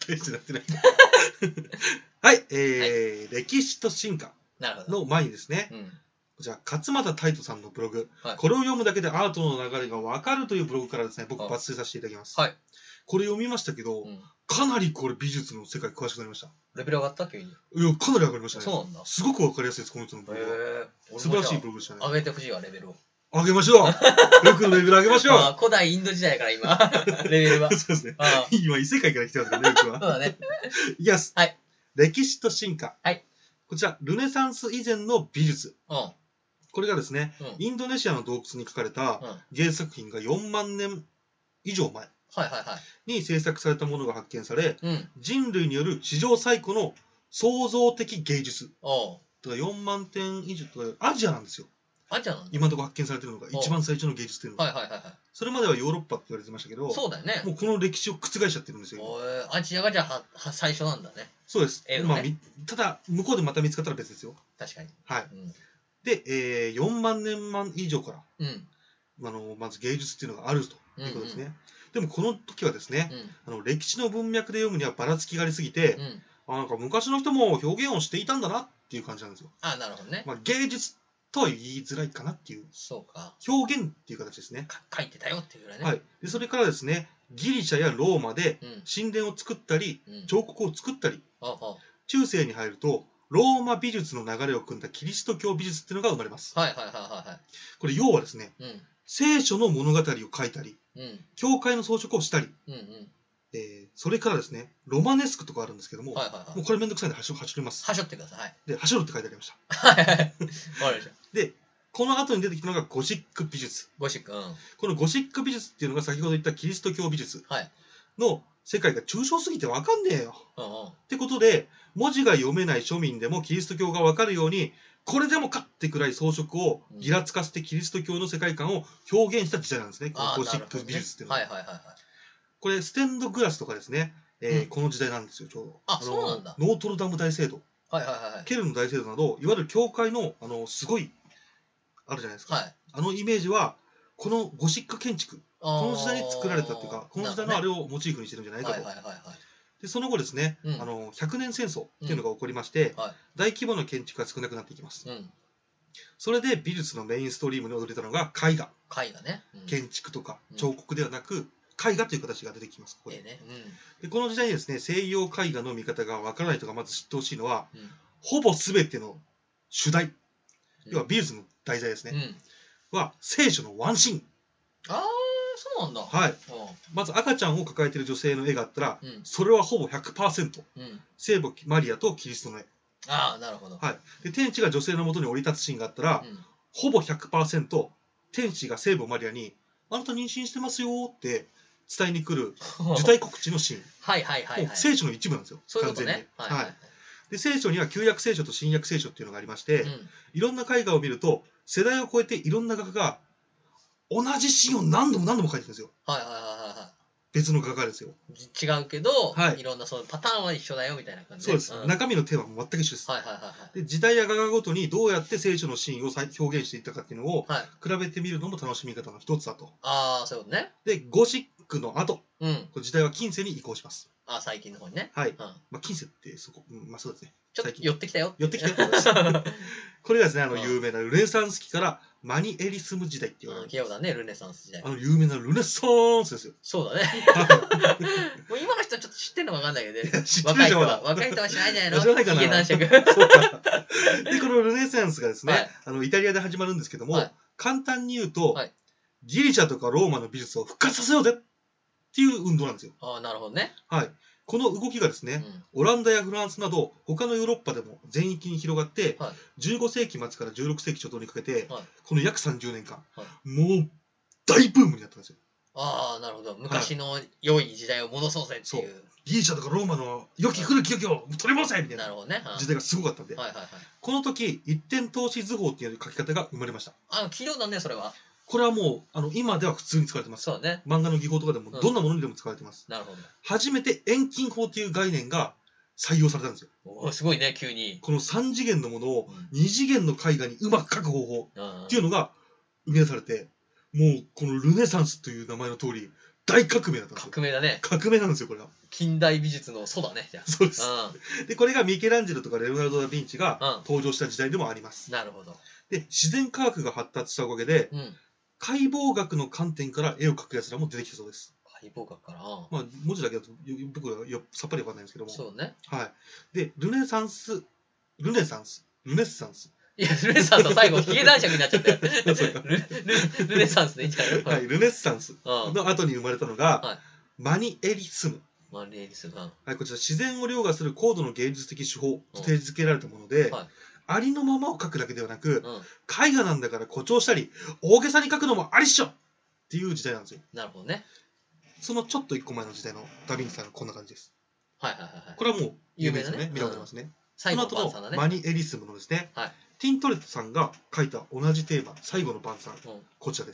大してなってない。はい、歴史と進化の前にですね、こちら勝俣太斗さんのブログ、これを読むだけでアートの流れが分かるというブログからですね、僕抜粋させていただきます。これ読みましたけど、かなりこれ美術の世界詳しくなりました。 レベル上がった急に。 いや、かなり上がりましたね。 そうなんだ。 すごく分かりやすいです、この人のブログは。素晴らしいブログでしたね。 上げてほしいわ、レベルを。 上げましょう。ルクのレベル上げましょう。 古代インド時代から今、レベルは。 そうですね。今、異世界から来てますからね、ルクは。 そうだね。 いきます。 はい。 歴史と進化。 はい。 こちら、ルネサンス以前の美術。これがですね、インドネシアの洞窟に描かれた芸術作品が4万年以上前に制作されたものが発見され、人類による史上最古の創造的芸術。とか4万点以上とか、アジアなんですよ。 アジアなんだ。 今のところ発見されているのが一番最初の芸術というのが。それまではヨーロッパって言われてましたけど、 そうだよね。 もうこの歴史を覆しちゃってるんですよ。 アジアがじゃあ最初なんだね。 そうです。ただ、向こうでまた見つかったら別ですよ。 確かに。 はい。で、4万年以上から、まず芸術っていうのがあるということですね。でもこの時はですね、歴史の文脈で読むにはばらつきがありすぎて、なんか昔の人も表現をしていたんだなっていう感じなんですよ。 なるほどね。 芸術とは言いづらいかなっていう。 そうか。 表現っていう形ですね。 書いてたよっていうぐらいね。 はい。で、それからですね、ギリシャやローマで神殿を作ったり、彫刻を作ったり、中世に入ると、ローマ美術の流れを組んだキリスト教美術っていうのが生まれます。これ要はですね、聖書の物語を書いたり、教会の装飾をしたり、それからですね、ロマネスクとかあるんですけども、もうこれめんどくさいんではしょります。 はしょってください。 で、はしょるって書いてありました。 わかりました。 で、この後に出てきたのがゴシック美術。このゴシック美術っていうのが先ほど言ったキリスト教美術の世界が抽象すぎてわかんねえよ。ってことで、文字が読めない庶民でもキリスト教がわかるように、これでもかってくらい装飾をギラつかせてキリスト教の世界観を表現した時代なんですね。このゴシック美術っていうのは。これ、ステンドグラスとかですね、この時代なんですよ、ちょうど。 そうなんだ。 ノートルダム大聖堂、ケルン大聖堂など、いわゆる教会の、すごい、あるじゃないですか。あのイメージは、このゴシック建築、この時代に作られたというか、この時代のあれをモチーフにしてるんじゃないかと。で、その後ですね、100年戦争っていうのが起こりまして、大規模な建築が少なくなっていきます。それで美術のメインストリームに踊れたのが絵画。建築とか彫刻ではなく、絵画という形が出てきます。この時代にですね、西洋絵画の見方がわからない人がまず知ってほしいのは、ほぼ全ての主題、要は美術の題材ですね、は聖書のワンシーン。 そうなんだ。 はい。まず赤ちゃんを抱えている女性の絵があったら、それはほぼ 100%、聖母マリアとキリストの絵。 なるほど。 はい。で、天使が女性のもとに降り立つシーンがあったら、ほぼ 100%、天使が聖母マリアに、あなた妊娠してますよって伝えに来る受胎告知のシーン。もう聖書の一部なんですよ。完全に。で、聖書には旧約聖書と新約聖書っていうのがありまして、いろんな絵画を見ると、世代を超えていろんな画家が同じシーンを何度も何度も描いてるんですよ。別の画家ですよ。 違うけど、いろんなそのパターンは一緒だよみたいな感じで。そうです。中身のテーマも全く一緒です。で、時代や画家ごとにどうやって聖書のシーンを表現していったかっていうのを比べてみるのも楽しみ方の一つだと。 そういうことね。 で、ゴシックの後、時代は近世に移行します。 最近の方にね。 はい。近世ってそこ、そうですね。 ちょっと寄ってきたよ。 寄ってきたよ。これがですね、有名なルネサンス期からマニエリスム時代って言われる。 器用だね、ルネサンス時代。 有名なルネサンスですよ。 そうだね。もう今の人はちょっと知ってんのかわかんないけどね。 若い人は知らないんじゃないの？ 知らないかな。 ヒゲ男爵。 で、このルネサンスがですね、イタリアで始まるんですけども、簡単に言うと、ギリシャとかローマの美術を復活させようぜっていう運動なんですよ。 なるほどね。 はい。この動きがですね、オランダやフランスなど他のヨーロッパでも全域に広がって、15世紀末から16世紀初頭にかけて、この約30年間、もう大ブームになったんですよ。 なるほど。昔の良い時代を戻そうぜっていう。 ギリシャとかローマの良き古き良きを取り戻せみたいな時代がすごかったんで、この時一点透視図法っていう書き方が生まれました。 器用だね、それは。 これはもう今では普通に使われてます。 そうね。 漫画の技法とかでもどんなものにでも使われてます。 なるほど。 初めて遠近法という概念が採用されたんですよ。 すごいね、急に。 この3次元のものを2次元の絵画にうまく描く方法っていうのが生み出されて、もうこのルネサンスという名前の通り、 大革命だったんですよ。 革命だね。 革命なんですよ、これは。 近代美術の祖だね、じゃあ。 そうです。で、これがミケランジェロとかレオナルド・ダ・ヴィンチが登場した時代でもあります。 なるほど。で、 自然科学が発達したおかげで、解剖学の観点から絵を描くやつらも出てきたそうです。 解剖学から、 まあ、文字だけだと僕はさっぱりわかんないんですけども。 そうね。 はい。で、ルネッサンス。いや、ルネッサンスは最後、ヒゲ男爵になっちゃったよ。ルネサンスでいいんじゃないの？ はい、ルネッサンスの後に生まれたのが、マニエリスム。 マニエリスム。 はい、こちら自然を凌駕する高度の芸術的手法と提示づけられたもので、ありのままを描くだけではなく、絵画なんだから誇張したり、大げさに描くのもありっしょっていう時代なんですよ。 なるほどね。 そのちょっと一個前の時代のダ・ヴィンチさんがこんな感じです。 はいはいはい。 これはもう有名ですよね。見たことありますね。その後のマニエリスムのですね、ティントレットさんが書いた同じテーマ、最後の晩餐、こちらです。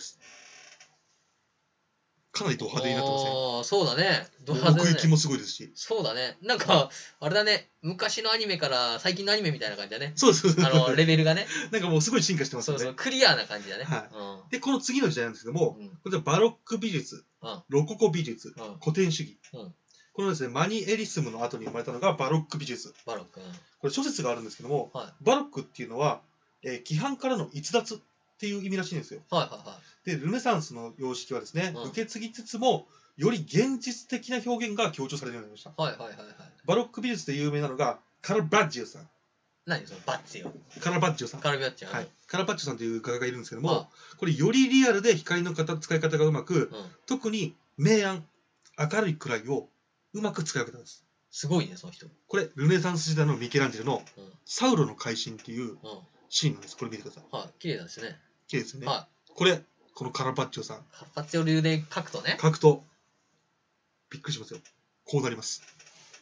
かなりド派手になってますね。 ああ、そうだね。 ド派手、ね。奥行きもすごいですし。 そうだね。なんか、あれだね。昔のアニメから最近のアニメみたいな感じだね。 そうそうそう。 レベルがね。 なんかもうすごい進化してますよね。 そうそう、クリアな感じだね。 はい。で、この次の時代なんですけども、これはバロック美術、ロココ美術、古典主義。このですね、マニエリスムの後に生まれたのがバロック美術。 バロック。 これ諸説があるんですけども、バロックっていうのは、規範からの逸脱っていう意味らしいんですよ。で、ルネサンスの様式はですね、受け継ぎつつも、より現実的な表現が強調されるようになりました。バロック美術で有名なのが、カラバッジオさん。 何そのバッジオ。 カラバッジオさん。 カラバッジオ。 はい。カラバッジオさんという画家がいるんですけども、これよりリアルで光の使い方がうまく、特に明暗、明るいくらいをうまく使い分けたんです。 すごいね、その人。 これ、ルネサンス時代のミケランジェロのサウロの改新っていうシーンなんです。これ見てください。 はい。綺麗ですね。 綺麗ですよね。はい。これ、このカラバッジオさん。 カラバッジオ流で描くとね。 描くと、びっくりしますよ。こうなります。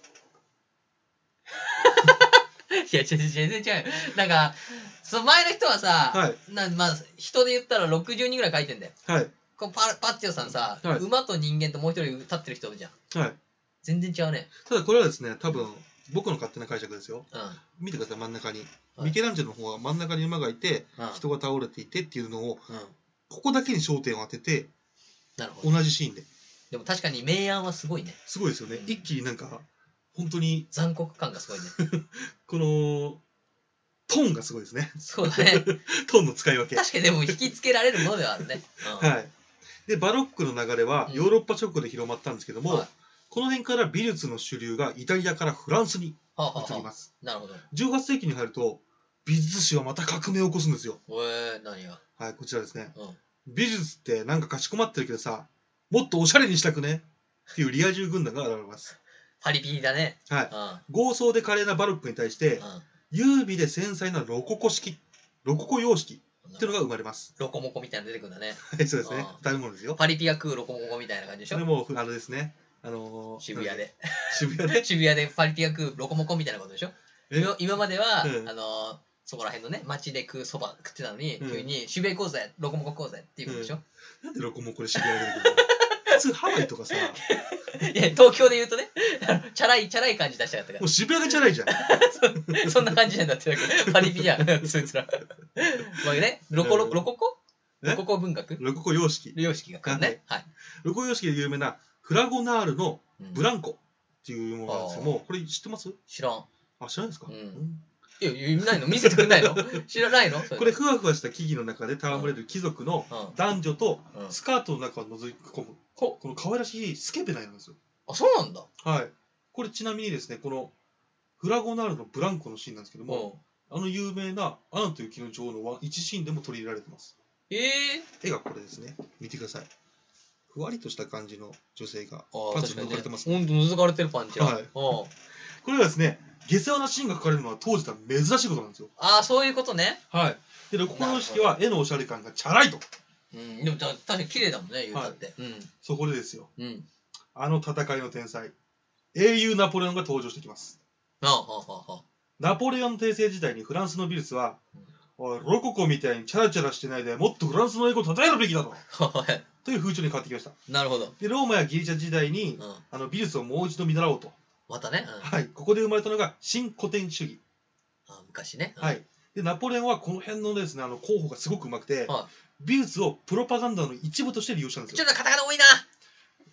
いや、全然違うよ。なんか、その前の人はさ、まあ、人で言ったら60人ぐらい描いてんだよ。はい。このパッチオさんさ、馬と人間ともう一人立ってる人じゃん。はい。全然違うね。 ただこれはですね、多分、僕の勝手な解釈ですよ。見てください、真ん中に。ミケランジェロの方は真ん中に馬がいて、人が倒れていてっていうのを、ここだけに焦点を当てて、同じシーンで。 でも確かに明暗はすごいね。 すごいですよね。一気になんか、本当に。 残酷感がすごいね。 この、トーンがすごいですね。 そうだね。 トーンの使い分け。 確かにでも引きつけられるものではあるね。 はい。で、バロックの流れはヨーロッパ直後で広まったんですけども、この辺から美術の主流がイタリアからフランスに移ります。 なるほど。 18世紀に入ると、美術史はまた革命を起こすんですよ。 何が？ はい、こちらですね。美術ってなんかかしこまってるけどさ、もっとおしゃれにしたくねっていうリア充軍団が現れます。 パリピだね。 はい。豪壮で華麗なバロックに対して、優美で繊細なロココ様式っていうのが生まれます。 ロコモコみたいなの出てくるんだね。 はい、そうですね。食べ物ですよ。 パリピが食うロコモコみたいな感じでしょ。 それも、ですね。 渋谷で。 渋谷で渋谷でパリピが食うロコモコみたいなことでしょ。今までは、そこら辺のね、街で食ってたのに、急に渋谷行こうぜ、ロコモコ食おうぜっていうことでしょ。 なんでロコモコで渋谷で出てくるの？普通ハワイとかさ。 いや、東京で言うとね、チャラい感じ出したかったから。 もう渋谷がチャラいじゃん。そんな感じなんだってだけ。パリピじゃん、そいつら。まあね、ロコ文学？ ロココ様式。 様式が来るね。はい。 ロココ様式で有名なフラゴナールのブランコっていうものなんですけども、これ知ってます？ 知らん。 あ、知らないですか？ いや、言ないの？見せてくれないの？知らないの？ これふわふわした木々の中で戯れる貴族の男女とスカートの中を覗き込む、この可愛らしいスケベな絵なんですよ。 あ、そうなんだ。 はい。これちなみにですね、このフラゴナールのブランコのシーンなんですけども、有名なアナと雪の女王の一シーンでも取り入れられてます。絵がこれですね。見てください。ふわりとした感じの女性がパンツを抜かれてますね。 ほんと抜かれてるパンチだ。はい。 これはですね、下世話なシーンが描かれるのは当時では珍しいことなんですよ。 ああ、そういうことね。 はい。で、ロココ様式は絵のおしゃれ感がチャラいと。 でも確かに綺麗だもんね、言うたって。 そこでですよ。あの戦いの天才、英雄ナポレオンが登場してきます。ナポレオン帝政時代にフランスの美術は、ロココみたいにチャラチャラしてないでもっとフランスの英語を称えるべきだと。という風潮に変わってきました。 なるほど。 で、ローマやギリシャ時代に、美術をもう一度見習おうと。 またね。 はい。ここで生まれたのが新古典主義。 昔ね。 はい。で、ナポレオンはこの辺のですね、候補がすごくうまくて、美術をプロパガンダの一部として利用したんですよ。 ちょっとカタカナ多いな。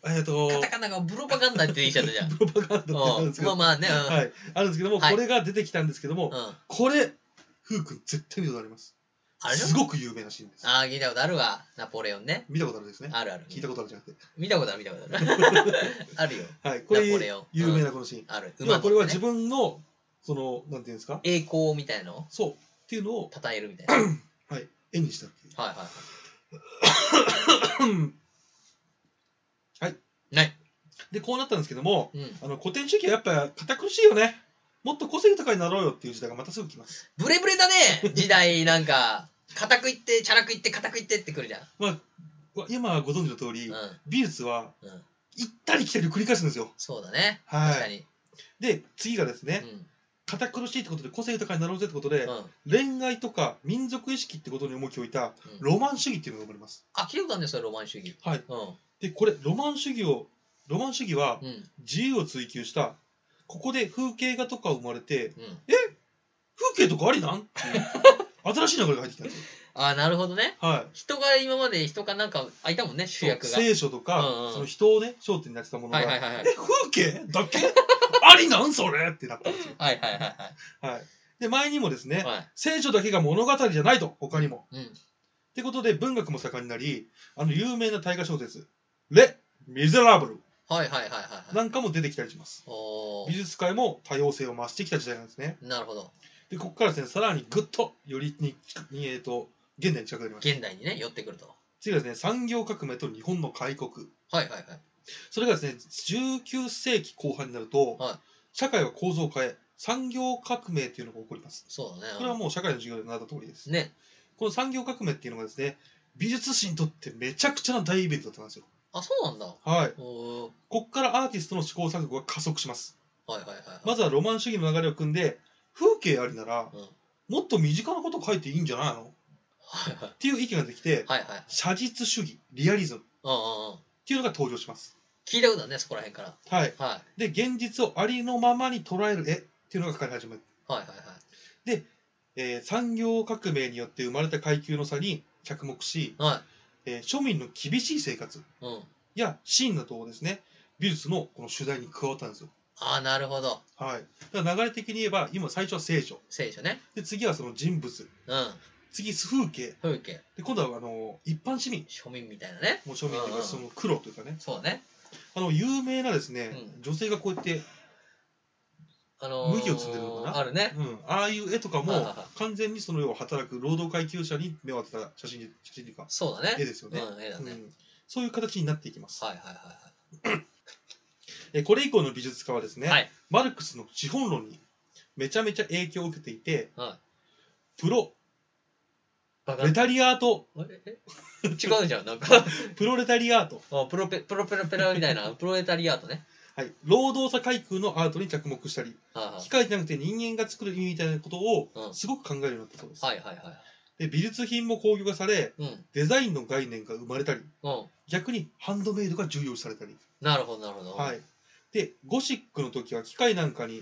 カタカナがプロパガンダって言いちゃったじゃん。 プロパガンダってあるんですけど。 まあね。 はい。あるんですけども、これが出てきたんですけども、これ、ふうくん絶対見たことあります。すごく有名なシーンです。 ああ、聞いたことあるわ。ナポレオンね。 見たことあるですね。 あるある。 聞いたことあるじゃなくて。 見たことある。あるよ。 はい。これ、有名なこのシーン。 ある。 今これは自分の、なんていうんですか、 栄光みたいなのそう。っていうのを、 称えるみたいな。 はい。絵にしたっていう。 はいはいはい。 はい。 で、こうなったんですけども、古典主義はやっぱ堅苦しいよね。もっと個性豊かになろうよっていう時代がまたすぐ来ます。 ブレブレだね、時代なんか。固くいって、チャラくいって、固くいってってくるじゃん。 まあ、今ご存知の通り、美術は、行ったり来たり繰り返すんですよ。 そうだね。 はい。確かに。で、次がですね、堅苦しいってことで個性豊かになろうぜってことで、恋愛とか民族意識ってことに重きを置いたロマン主義っていうのが生まれます。 あ、聞いたことあるんですよ、ロマン主義。 はい。で、これ、ロマン主義は自由を追求した、ここで風景画とか生まれて、風景とかありなんっていう新しい流れが入ってきたんですよ。 ああ、なるほどね。 はい。 人が今まで人かなんかいたもんね、主役が。 聖書とか、その人をね、焦点になってたものが、風景だけありなんそれってなったんですよ。 はい。 で、前にもですね、聖書だけが物語じゃないと、他にも。ってことで、文学も盛んになり、有名な大河小説、レ・ミゼラブル。なんかも出てきたりします。美術界も多様性を増してきた時代なんですね。 なるほど。で、 ここからですね、さらにぐっと、よりに、現代に近くなりました。 現代にね、寄ってくると。 次はですね、産業革命と日本の開国。それがですね、19世紀後半になると、社会は構造を変え、産業革命っていうのが起こります。 そうだね。 これはもう社会の授業で習った通りです。ね。この産業革命っていうのがですね、美術史にとってめちゃくちゃな大イベントだったんですよ。 あ、そうなんだ。 はい。こっからアーティストの試行錯誤が加速します。まずはロマン主義の流れを組んで、風景ありなら、もっと身近なこと書いていいんじゃないのっていう意見ができて、写実主義、リアリズムっていうのが登場します。 聞いたことだね、そこら辺から。 はい。で、現実をありのままに捉える絵っていうのが描かれ始める。で、産業革命によって生まれた階級の差に着目し、庶民の厳しい生活やシーンなどをですね、美術のこの主題に加わったんですよ。 ああ、なるほど。 はい。だから流れ的に言えば、今最初は聖書。 聖書ね。 で、次はその人物。次、風景。で、今度は一般市民。 庶民みたいなね。 もう庶民というか、その黒というかね。 そうね。 有名なですね、女性がこうやって、麦を摘んでるのかな。 あるね。 ああいう絵とかも、完全にその要は働く労働階級者に目を当てた写真というか、 そうだね。 絵ですよね。 絵だね。 そういう形になっていきます。これ以降の美術家はですね、マルクスの資本論にめちゃめちゃ影響を受けていて、プロレタリアート。 違うじゃん、なんか。 プロレタリアート。 プロペラみたいな、プロレタリアートね。 はい。労働者階級のアートに着目したり、機械じゃなくて人間が作る意味みたいなことをすごく考えるようになったそうです。で、美術品も工業化され、デザインの概念が生まれたり、逆にハンドメイドが重要視されたり。 なるほど、なるほど。 はい。で、ゴシックの時は機械なんかに、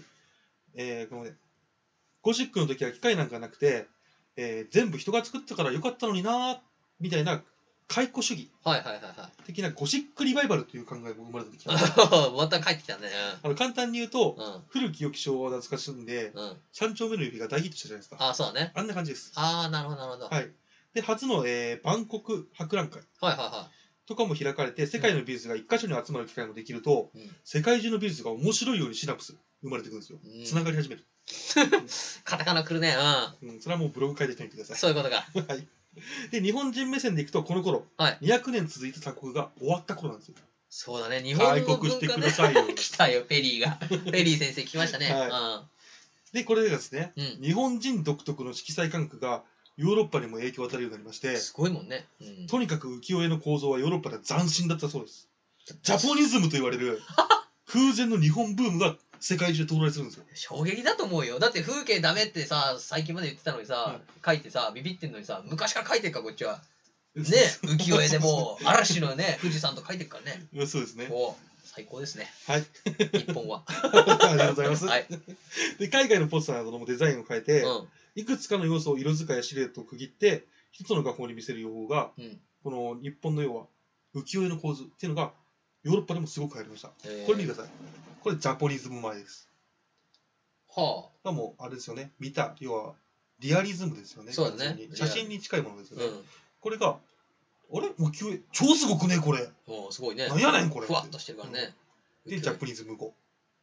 ゴシックの時は機械なんかなくて、全部人が作ったからよかったのになみたいな解雇主義的なゴシックリバイバルという考えも生まれてきた。 また帰ってきたね。 簡単に言うと、古き良き昭和を懐かしんで、三丁目の指が大ヒットしたじゃないですか。 あ、そうだね。 あんな感じです。 ああ、なるほど、なるほど。 はい。で、初の、万国博覧会とかも開かれて、世界の美術が一箇所に集まる機会もできると、世界中の美術が面白いようにシナプス生まれてくるんですよ。つながり始める。 カタカナ来るね。 それはもうブログ書いてきてみてください。 そういうことか。 はい。で、日本人目線でいくと、この頃、200年続いた鎖国が終わった頃なんですよ。 そうだね、日本の文化ね。 開国してくださいよ。 来たよ、ペリーが。ペリー先生来ましたね。 で、これでですね、日本人独特の色彩感覚がヨーロッパにも影響を与えるようになりまして、 すごいもんね。 とにかく浮世絵の構造はヨーロッパでは斬新だったそうです。ジャポニズムと言われる空前の日本ブームが世界中で到来するんですよ。 衝撃だと思うよ。だって風景ダメってさ、最近まで言ってたのにさ、書いてさ、ビビってんのにさ、昔から書いてるか、こっちは。ね、浮世絵でもう、嵐のね、富士山と書いてるからね。 そうですね。 最高ですね。 はい。 日本は。 ありがとうございます。はい。で、海外のポスターなどのデザインを変えて、いくつかの要素を色使いやシルエットを区切って、一つの画法に見せる予報が、この日本の要は浮世絵の構図っていうのがヨーロッパでもすごく流行りました。これ見てください。これジャポニズム前です。はあ。もうあれですよね。見た、要はリアリズムですよね。そうだね。写真に近いものですよね。これが、あれもう超すごくねこれ。 すごいね。 なんやねんこれ。 ふわっとしてるからね。 で、ジャポニズム語。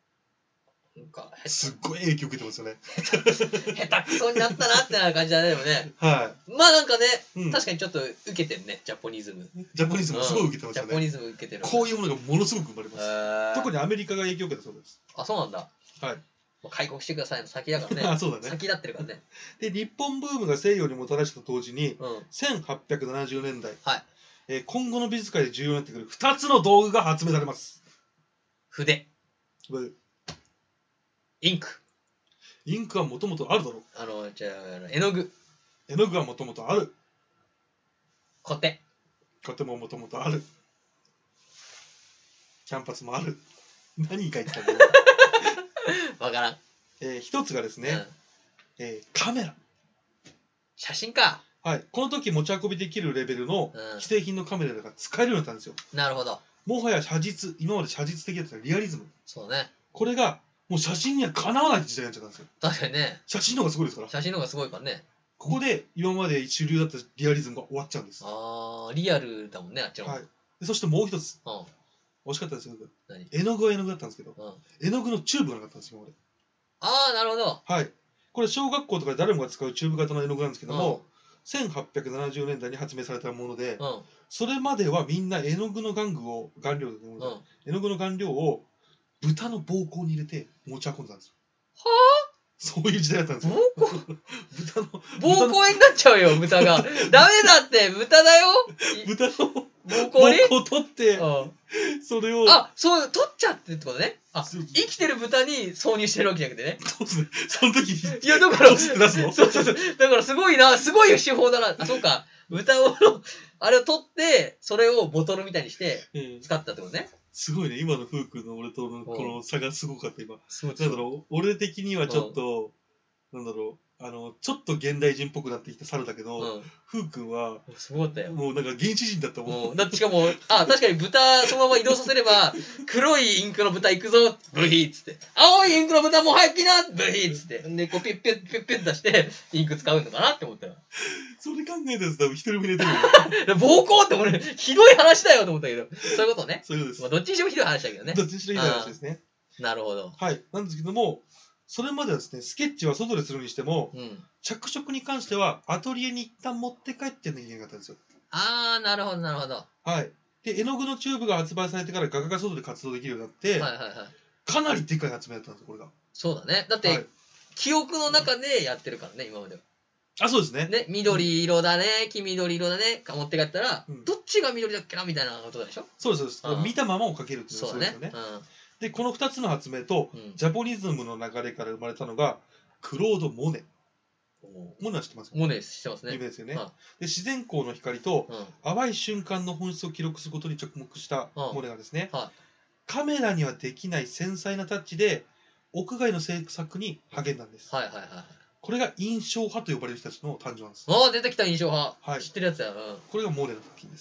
すっごい影響受けてますよね。 下手くそになったなってな感じだね、でもね。はい。まあなんかね、確かにちょっと受けてるね、ジャポニズム。 ジャポニズムすごい受けてますよね。 ジャポニズム受けてる。 こういうものがものすごく生まれます。特にアメリカが影響を受けたそうです。 あ、そうなんだ。はい。開国してくださいの先だからね。あ、そうだね。先立ってるからね。 で、日本ブームが西洋にもたらしたと同時に、1870年代、今後の美術界で重要になってくる2つの道具が発明されます。 筆。インク。 インクはもともとあるだろう。 じゃあ、絵の具。 絵の具はもともとある。 コテ。 コテももともとある。キャンパスもある。何書いてたのわからん。 一つがですね、カメラ。 写真か。 はい。この時持ち運びできるレベルの既製品のカメラが使えるようになったんですよ。 なるほど。 もはや写実、今まで写実的だったリアリズム。 そうね。これが、もう写真にはかなわない時代になっちゃったんですよ。 確かにね。 写真の方がすごいですから。 写真の方がすごいからね。 ここで今まで主流だったリアリズムが終わっちゃうんです。 ああ、リアルだもんね、あっちの。 はい。そしてもう一つ。惜しかったですよ。絵の具は絵の具だったんですけど、絵の具のチューブがなかったんですよ、俺。 ああ、なるほど。 はい。これ小学校とかで誰もが使うチューブ型の絵の具なんですけども、1870年代に発明されたもので、それまではみんな絵の具の顔料を豚の膀胱に入れて持ち運んでたんですよ。はあ？そういう時代だったんですよ。 豚の膀胱になっちゃうよ、豚が。ダメだって、豚だよ。 豚の膀胱を取って、それを。 あ、そう、取っちゃってってことね。あ、生きてる豚に挿入してるわけじゃなくてね。 そうですね。その時いや、だから、そうそうそう。だからすごいな、すごい手法だな。あ、そうか。豚を、あれを取って、それをボトルみたいにして使ったってことね。 すごいね。今のフー君の俺とのこの差がすごかった、今。なんだろう。俺的にはちょっと、なんだろう。ちょっと現代人っぽくなってきた猿だけど、フー君は、 すごかったよ。 もうなんか原始人だったもん。 だってしかも、あ、確かに豚そのまま移動させれば、黒いインクの豚行くぞ、ブヒーっつって。青いインクの豚もう早く来な、ブヒーっつって。で、こうピュッピュッピュッピュッ出して、インク使うのかなって思ったよ。 それ考えたやつ多分一人も入れてるよ。暴行って俺、ひどい話だよと思ったけど。そういうことね。 そういうことです。 まあ、どっちにしてもひどい話だけどね。 どっちにしてもひどい話ですね。 なるほど。 はい。なんですけども、それまではですね、スケッチは外でするにしても、着色に関してはアトリエに一旦持って帰ってなきゃいけなかったんですよ。 あー、なるほど、なるほど。 はい。で、絵の具のチューブが発売されてから画家が外で活動できるようになって、かなりでかい発明だったんですよ、これが。 そうだね。だって、記憶の中でやってるからね、今までは。 あ、そうですね。 ね、緑色だね、黄緑色だね、持って帰ったら、どっちが緑だっけなみたいなことでしょ。 そうです、そうです。見たままを描けるっていうのがそうですよね。で、この2つの発明と、ジャポニズムの流れから生まれたのが、クロード・モネ。モネは知ってますか？ モネ知ってますね。 有名ですよね。で、自然光の光と、淡い瞬間の本質を記録することに着目したモネがですね、カメラにはできない繊細なタッチで、屋外の制作に励んだんです。これが印象派と呼ばれる人たちの誕生なんです。 ああ、出てきた印象派。はい。知ってるやつだよ。 これがモネの作品です。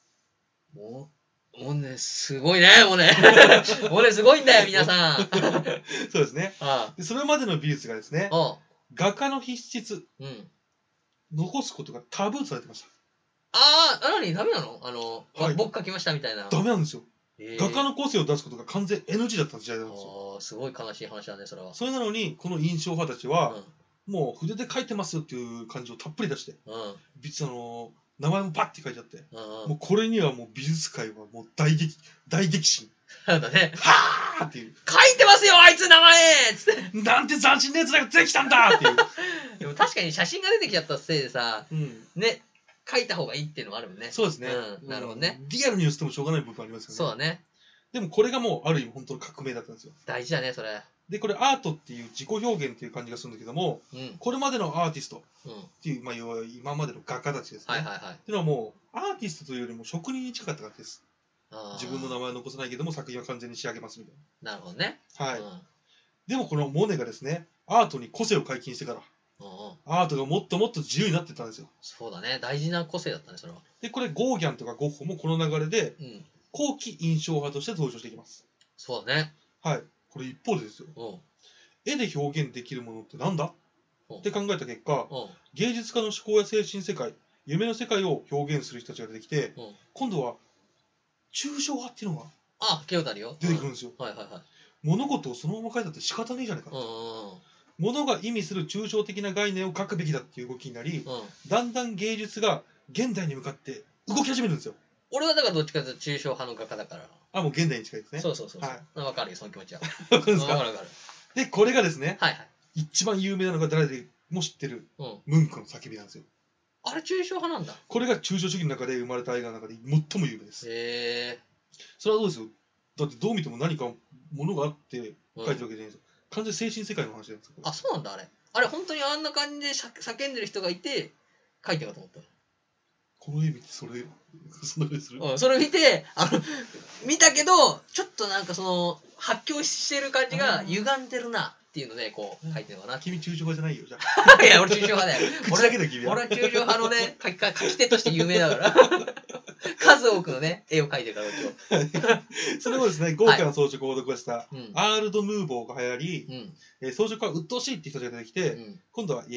モネ、すごいね、モネ。モネすごいんだよ、皆さん。 そうですね。でそれまでの美術がですね、画家の筆質、残すことがタブーとされてました。 ああ、何ダメなの僕描きましたみたいな。 ダメなんですよ。画家の個性を出すことが完全 NG だった時代なんですよ。 ああ、すごい悲しい話だね、それは。 それなのに、この印象派たちは、もう筆で描いてますよっていう感じをたっぷり出して、名前もパッて書いてあって、もうこれにはもう美術界はもう大激心。 なんだね。 はーっていう。 書いてますよ、あいつ名前つって。 なんて斬新なやつが出てきたんだっていう。 でも確かに写真が出てきちゃったせいでさ、ね、書いた方がいいっていうのもあるもんね。 そうですね。 なるほどね。 リアルに寄せてもしょうがない部分ありますよね。 そうだね。 でもこれがもうある意味本当の革命だったんですよ。 大事だね、それ。 で、これアートっていう自己表現っていう感じがするんだけども、これまでのアーティストっていう、要は今までの画家たちですね。っていうのはもうアーティストというよりも職人に近かった感じです。自分の名前は残せないけども作品は完全に仕上げますみたいな。なるほどね。 はい。でもこのモネがですね、アートに個性を解禁してから、アートがもっともっと自由になっていったんですよ。 そうだね。大事な個性だったね、それは。 で、これゴーギャンとかゴッホもこの流れで、 後期印象派として登場していきます。 そうだね。 はい。これ一方でですよ。絵で表現できるものってなんだって考えた結果、芸術家の思考や精神世界、夢の世界を表現する人たちが出てきて、今度は抽象派っていうのが出てくるんですよ。物事をそのまま書いたって仕方ねえじゃないかと。物が意味する抽象的な概念を書くべきだっていう動きになり、だんだん芸術が現代に向かって動き始めるんですよ。 俺はだからどっちかというと抽象派の画家だから。 もう現代に近いですね。 そう。わかるよ、その気持ちは。 わかるんですか？わかる。で、これがですね、一番有名なのが誰でも知ってる、ムンクの叫びなんですよ。 あれ抽象派なんだ。 これが抽象主義の中で生まれた映画の中で最も有名です。それはどうですよ。だってどう見ても何かものがあって書いてるわけじゃないですよ。完全に精神世界の話なんですよ。 そうなんだ、あれ。あれ、本当にあんな感じで叫んでる人がいて、書いてるかと思った。 この絵見て、そんなふうにする？ それ見て、見たけど、ちょっとなんか発狂してる感じが歪んでるなっていうので、こう、書いてるのかな。 君、抽象派じゃないよ、じゃあ。いや、俺抽象派だよ。 口だけで君は。 俺は抽象派のね、書き手として有名だから。数多くのね、絵を描いてるから、今日。それもですね、豪華な装飾を施した、アールドムーボーが流行り、装飾は鬱陶しいって人たちが出てきて、今度は、ア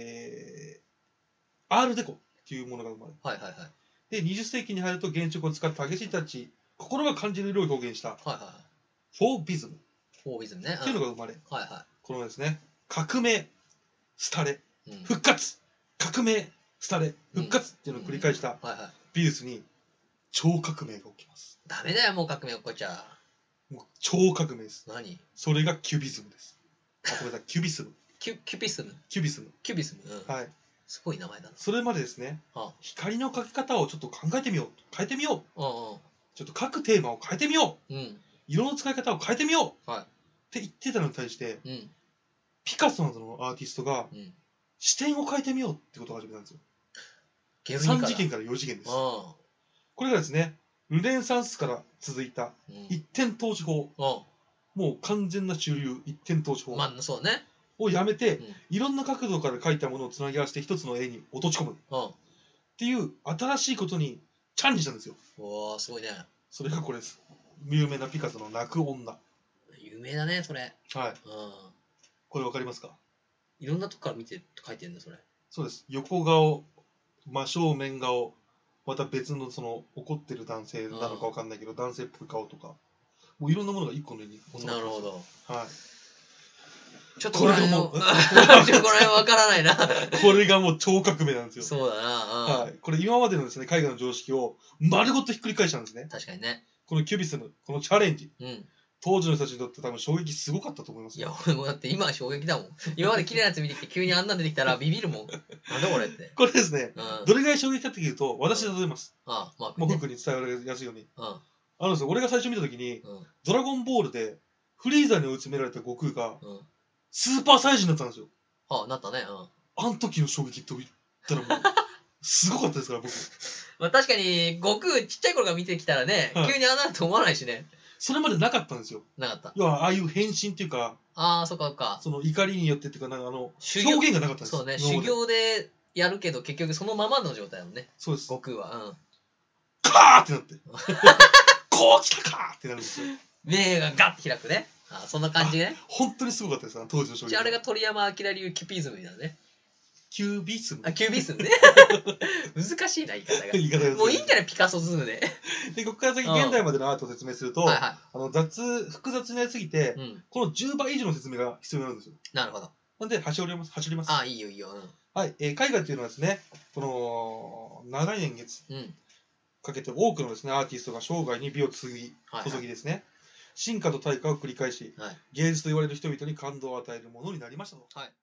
ールデコっていうものが生まれる。で、20世紀に入ると原色を使った激しいタッチ、心が感じる色を表現した、フォービズム。 ね。 っていうのが生まれ、このですね、革命、廃れ、復活、革命、廃れ、復活っていうのを繰り返した美術に超革命が起きます。 ダメだよ、もう革命起こっちゃう。もう超革命です。 何？ それがキュビズムです。ごめんなさい、キュビスム。 キュビスム。 はい。 すごい名前だな。 それまでですね、光の描き方をちょっと考えてみよう。変えてみよう。ちょっと書くテーマを変えてみよう。色の使い方を変えてみよう。って言ってたのに対して、ピカソなどのアーティストが、視点を変えてみようってことを始めたんですよ。3次元から4次元です。これがですね、ルネサンスから続いた一点透視法。もう完全な主流一点透視法。 そうね。 をやめて、いろんな角度から描いたものをつなぎ合わせて一つの絵に落とし込む。っていう新しいことにチャレンジしたんですよ。 すごいね。 それがこれです。有名なピカソの泣く女。 有名だね、それ。 これわかりますか？ いろんなとこから見て描いてるんだ、それ。 そうです。横顔、真正面顔、また別の怒ってる男性なのかわかんないけど、男性っぽい顔とか、もういろんなものが一個の絵に収まってます。なるほど。 ちょっとこれもこの辺わからないな。 これがもう超革命なんですよ。 そうだな。 これ今までのですね、絵画の常識を丸ごとひっくり返したんですね。 確かにね。 このキュビスム、このチャレンジ。当時の人たちにとって多分衝撃すごかったと思います。 いや、俺もだって今は衝撃だもん。今まで綺麗なやつ見てきて急にあんなん出てきたらビビるもん。なんだこれって。 これですね、どれぐらい衝撃かっていうと、私で例えます。もう僕に伝えられやすいように。俺が最初見たときに、ドラゴンボールでフリーザに追い詰められた悟空が、スーパーサイジになったんですよ。 なったね。 あの時の衝撃って言ったらもう、すごかったですから、僕。 確かに、悟空ちっちゃい頃から見てきたらね、急にあんなと思わないしね。 それまでなかったんですよ。 なかった。 要は、ああいう変身っていうか、 そっか。 その怒りによってっていうか、表現がなかったんです。 そうね、修行でやるけど、結局そのままの状態だもんね。 そうです。 悟空は。 カーってなって。こう来たかーってなるんですよ。 目がガッて開くね。そんな感じね。 本当にすごかったです、当時の衝撃。 じゃあ、あれが鳥山明流キュピズムだね。 キュービスム。 キュービスムね。難しいな、言い方が。もういいんじゃないピカソズムで。 で、ここから先、現代までのアートを説明すると、複雑になりすぎて、この10倍以上の説明が必要になるんですよ。 なるほど。 なんで、走ります。 いいよ、いいよ。 はい。絵画っていうのはですね、この、長い年月かけて多くのですね、アーティストが生涯に美を注ぎですね、進化と退化を繰り返し、芸術と言われる人々に感動を与えるものになりましたと。